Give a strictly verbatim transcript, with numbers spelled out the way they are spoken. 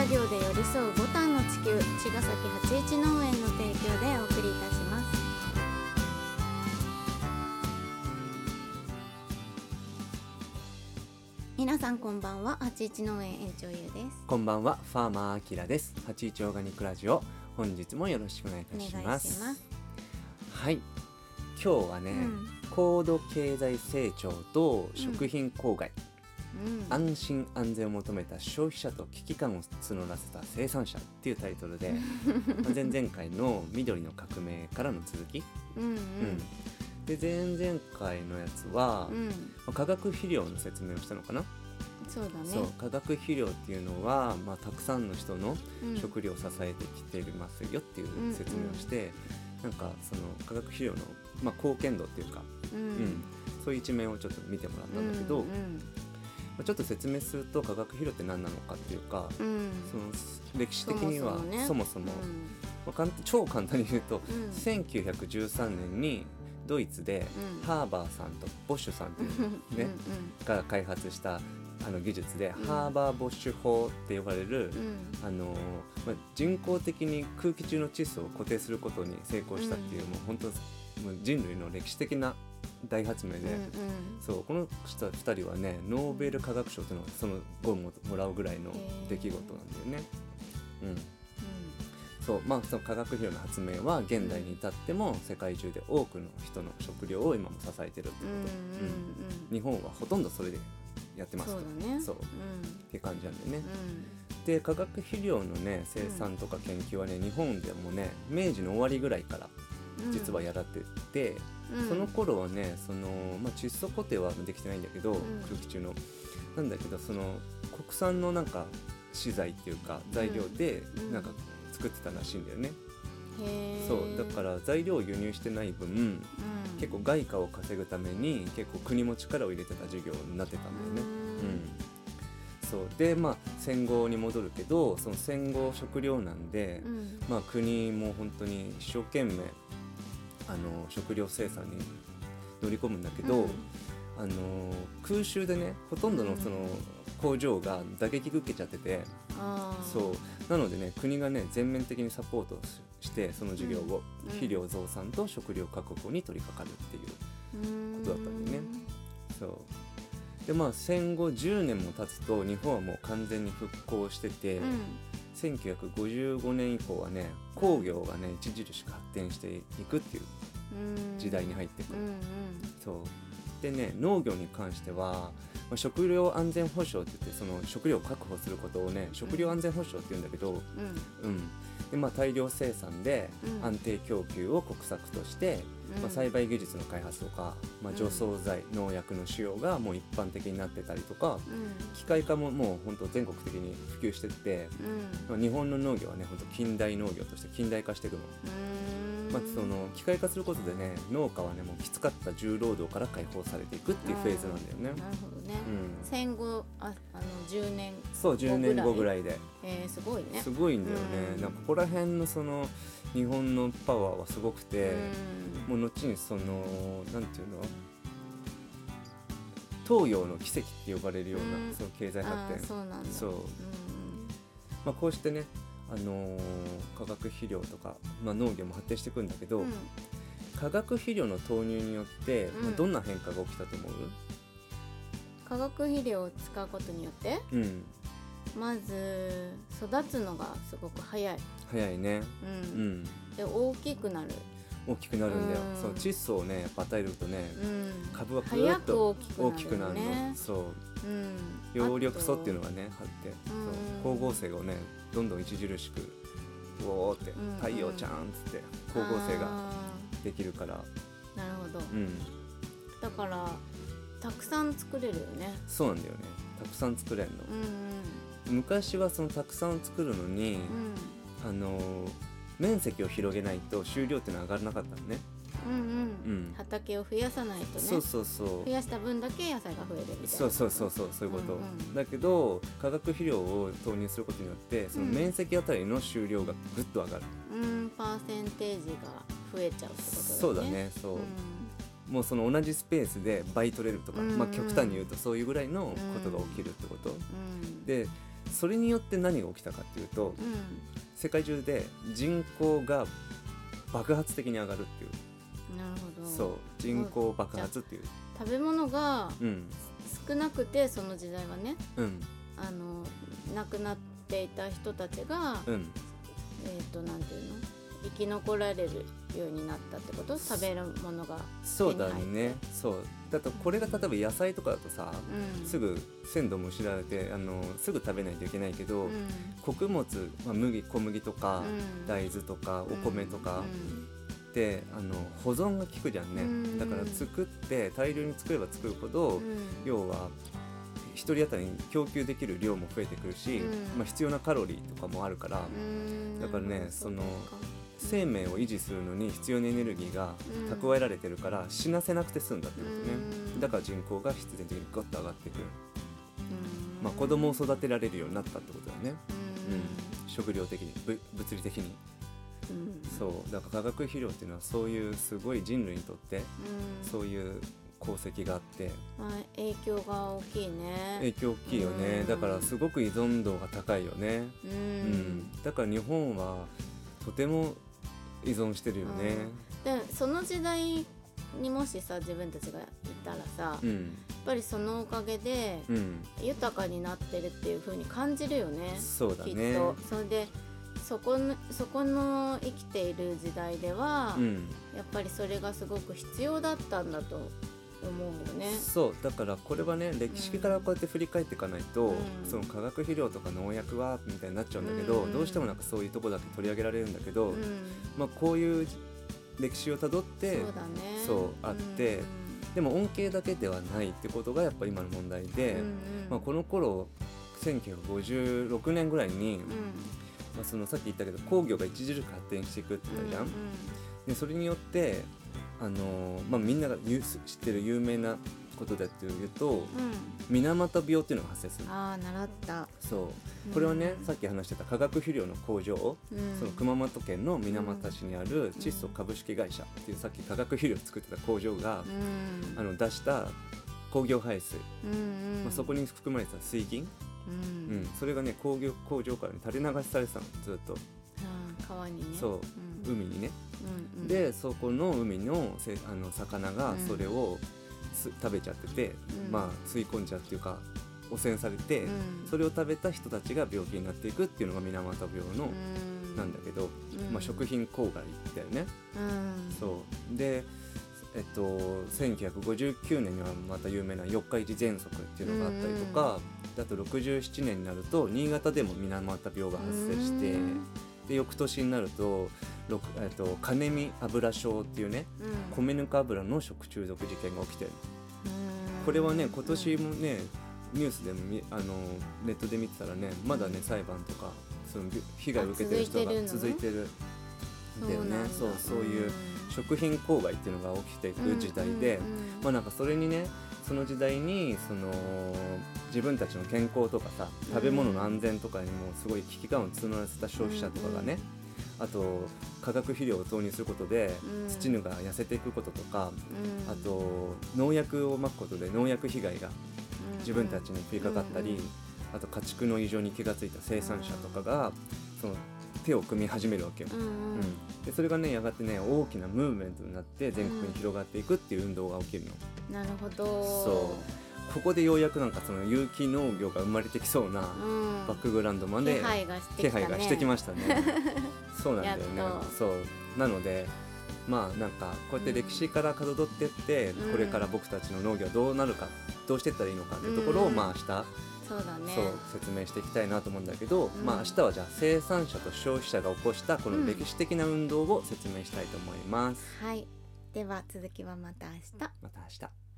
作業で寄り添うボタンの地球、茅ヶ崎八一農園の提供でお送りいたします。皆さんこんばんは、八一農園園長ゆうです。 こんばんは、ファーマーあきらです。八一オーガニックラジオ、本日もよろしくお願いいたします。 お願いします。 はい、今日はね、うん、高度経済成長と食品公害、うん、安心安全を求めた消費者と危機感を募らせた生産者っていうタイトルで前々回の緑の革命からの続き、うんうんうん、で前々回のやつは、うんまあ、化学肥料の説明をしたのかな。 そうだね。 そう、化学肥料っていうのは、まあ、たくさんの人の食料を支えてきていますよっていう説明をして、うんうん、なんかその化学肥料の、まあ、貢献度っていうか、うんうん、そういう一面をちょっと見てもらったんだけど、うんうんちょっと説明すると化学肥料って何なのかっていうか、うん、その歴史的にはそもそも、まあ、超簡単に言うと、うん、せんきゅうひゃくじゅうさんねんにドイツで、うん、ハーバーさんとボッシュさんっていう、ねうんうん、が開発したあの技術で、うん、ハーバーボッシュ法って呼ばれる、うんあのまあ、人工的に空気中の窒素を固定することに成功したっていう、うん、もう本当もう人類の歴史的な大発明で、うんうん、そうこの人ふたりはねノーベル化学賞というのをその後ももらうぐらいの出来事なんだよね。うんうん、そうまあその化学肥料の発明は現代に至っても世界中で多くの人の食料を今も支えてるってこと、うんうんうん、日本はほとんどそれでやってますからそうだねそう、うん、っていう感じなんだよね。うん、で化学肥料のね生産とか研究はね、うん、日本でもね明治の終わりぐらいから実はやられてて、うん、その頃はねその、まあ、窒素固定はできてないんだけど、うん、空気中のなんだけどその国産のなんか資材っていうか材料でなんか作ってたらしいんだよね。うん、へそうだから材料を輸入してない分、うん、結構外貨を稼ぐために結構国も力を入れてた事業になってたんだよね。うんうんそうでまあ戦後に戻るけどその戦後食糧難で、うんまあ、国も本当に一生懸命あの食料生産に乗り込むんだけど、うん、あの空襲でねほとんどのその工場が打撃受けちゃってて、うん、そうなのでね国がね全面的にサポートしてその事業を、うん、肥料増産と食料確保に取り掛かるっていうことだったんだよね。そうでまあ戦後じゅうねんも経つと日本はもう完全に復興してて、うんせんきゅうひゃくごじゅうごねん以降はね工業がね著しく発展していくっていう時代に入ってくる、うんうん、そうでね農業に関しては、まあ、食料安全保障って言ってその食料を確保することをね食料安全保障って言うんだけど、うんうんでまあ、大量生産で安定供給を国策として、うんまあ、栽培技術の開発とか、まあ、除草剤、うん、農薬の使用がもう一般的になってたりとか、うん、機械化ももう本当全国的に普及してって、うんまあ、日本の農業はね本当近代農業として近代化していくの、うんまあ、その機械化することでね農家はねもうきつかった重労働から解放されていくっていうフェーズなんだよね。 なるほどね、うん、戦後ああのじゅうねんそうじゅうねんごぐらいで、 えー、すごいねすごいんだよね、うん、なんかここら辺のその日本のパワーはすごくて、うん、もう後にそのなんていうの東洋の奇跡って呼ばれるような、うん、その経済発展そうなんだそう、うんまあ、こうしてね、あのー、化学肥料とか、まあ、農業も発展していくんだけど、うん、化学肥料の投入によって、うんまあ、どんな変化が起きたと思う？ 化学肥料を使うことによって、うん、まず育つのがすごく早い早いね、 うんうん、で大きくなる大きくなるんだよ、うん、そう窒素をねやっぱ与えるとね、うん、株がぐっと大きくなるの、ね、そう、うん、葉緑素っていうのがねあって、うん、そう光合成がねどんどん著しくうおーって太陽ちゃんっつって光合成ができるから、 なるほど、うん、だからたくさん作れるよね。 そうなんだよねたくさん作れるの、うんうん、昔はそのたくさん作るのに、うん、あの面積を広げないと収量っていうのは上がらなかったのね。 うんうんうん、畑を増やさないとね。 そうそうそう増やした分だけ野菜が増えるみたいな。 そうそうそうそうそういうこと、うんうん、だけど化学肥料を投入することによってその面積あたりの収量がぐっと上がる、 うん、うんパーセンテージが増えちゃうってことだよね。 そうだねそう、うん、もうその同じスペースで倍取れるとか、うんうんまあ、極端に言うとそういうぐらいのことが起きるってこと、うんうん、でそれによって何が起きたかっていうと、うん、世界中で人口が爆発的に上がるっていう。 なるほど。 そう人口爆発っていう。 食べ物が少なくて、その時代はね、うん、あの亡くなっていた人たちが、うん、えっとなんていうの、生き残られるようになったってこと？食べるものが手に入って。そうだね。 そうだとこれが例えば野菜とかだとさ、うん、すぐ鮮度も失われてあのすぐ食べないといけないけど、うん、穀物、まあ、麦小麦とか、うん、大豆とかお米とか、うん、であの保存が効くじゃんね、うん、だから作って大量に作れば作るほど、うん、要はひとり当たりに供給できる量も増えてくるし、うんまあ、必要なカロリーとかもあるから、うん、だからねその生命を維持するのに必要なエネルギーが蓄えられてるから死なせなくて済んだってことね、うん、だから人口が必然的にガッと上がっていく、うんまあ、子供を育てられるようになったってことだよね、うんうん、食料的に物理的に、うん、そうだから化学肥料っていうのはそういうすごい人類にとってそういう功績があって、 まあ、影響が大きいね。 影響大きいよね、うん、だからすごく依存度が高いよね、うんうん、だから日本はとても依存してるよね、 うん、でその時代にもしさ自分たちがいたらさ、うん、やっぱりそのおかげで豊かになってるっていう風に感じるよね、 そうだね、きっとそれでそこの、そこの生きている時代では、うん、やっぱりそれがすごく必要だったんだと思うよね。 そうだからこれはね歴史からこうやって振り返っていかないと、うん、その化学肥料とか農薬はみたいになっちゃうんだけど、うん、どうしてもなんかそういうとこだけ取り上げられるんだけど、うんまあ、こういう歴史をたどってそうだね、 そうあって、うん、でも恩恵だけではないってことがやっぱ今の問題で、うんうんまあ、この頃せんきゅうひゃくごじゅうろくねんぐらいに、うんまあ、そのさっき言ったけど工業が著しく発展していくって言ったじゃん、うんうん、でそれによってあのまあ、みんなが知ってる有名なことだっていうと、うん、水俣病っていうのが発生する。 あー習った。 そうこれはね、うん、さっき話してた化学肥料の工場、うん、その熊本県の水俣市にある窒素株式会社っていうさっき化学肥料を作ってた工場が、うん、あの出した工業排水、うんうんまあ、そこに含まれてた水銀、うんうん、それがね工業工場から、ね、垂れ流しされてたのずっと。 あ川にね。 そう、うん、海にね。うんうん、でそこの海のせあの魚がそれを、うん、食べちゃってて、うん、まあ吸い込んじゃうっていうか汚染されて、うん、それを食べた人たちが病気になっていくっていうのが水俣病の、うん、なんだけど、うんまあ、食品公害だよね、うん、そうでえっと、せんきゅうひゃくごじゅうきゅうねんにはまた有名な四日市喘息っていうのがあったりとか、うん、あとろくじゅうななねんになると新潟でも水俣病が発生して、うん、で翌年になるとえっと、カネミ油症っていうね、うん、米ぬか油の食中毒事件が起きてる。これはね今年もねニュースでもあのネットで見てたらねまだね裁判とかその被害を受けてる人が続いてるんだよね。そうそういう食品公害っていうのが起きていく時代で、まあなんかそれにねその時代にその自分たちの健康とかさ食べ物の安全とかにもすごい危機感を募らせた消費者とかがね、あと化学肥料を投入することで土ぬが痩せていくこととか、うん、あと農薬をまくことで農薬被害が自分たちに降りかかったり、うん、あと家畜の異常に気がついた生産者とかがその手を組み始めるわけよ、うんうん、でそれがねやがてね大きなムーブメントになって全国に広がっていくっていう運動が起きるの。 なるほど。 そうここでようやくなんかその有機農業が生まれてきそうなバックグラウンドまで気配がしてきたね。 気配がしてきましたねそうなんだよね。そうなのでまあなんかこうやって歴史からかどってって、うん、これから僕たちの農業はどうなるかどうしていったらいいのかっていうところを、うん、まあ明日そうだね、 そう説明していきたいなと思うんだけど、うん、まあ明日はじゃあ生産者と消費者が起こしたこの歴史的な運動を説明したいと思います、 うん、はいでは続きはまた明日また明日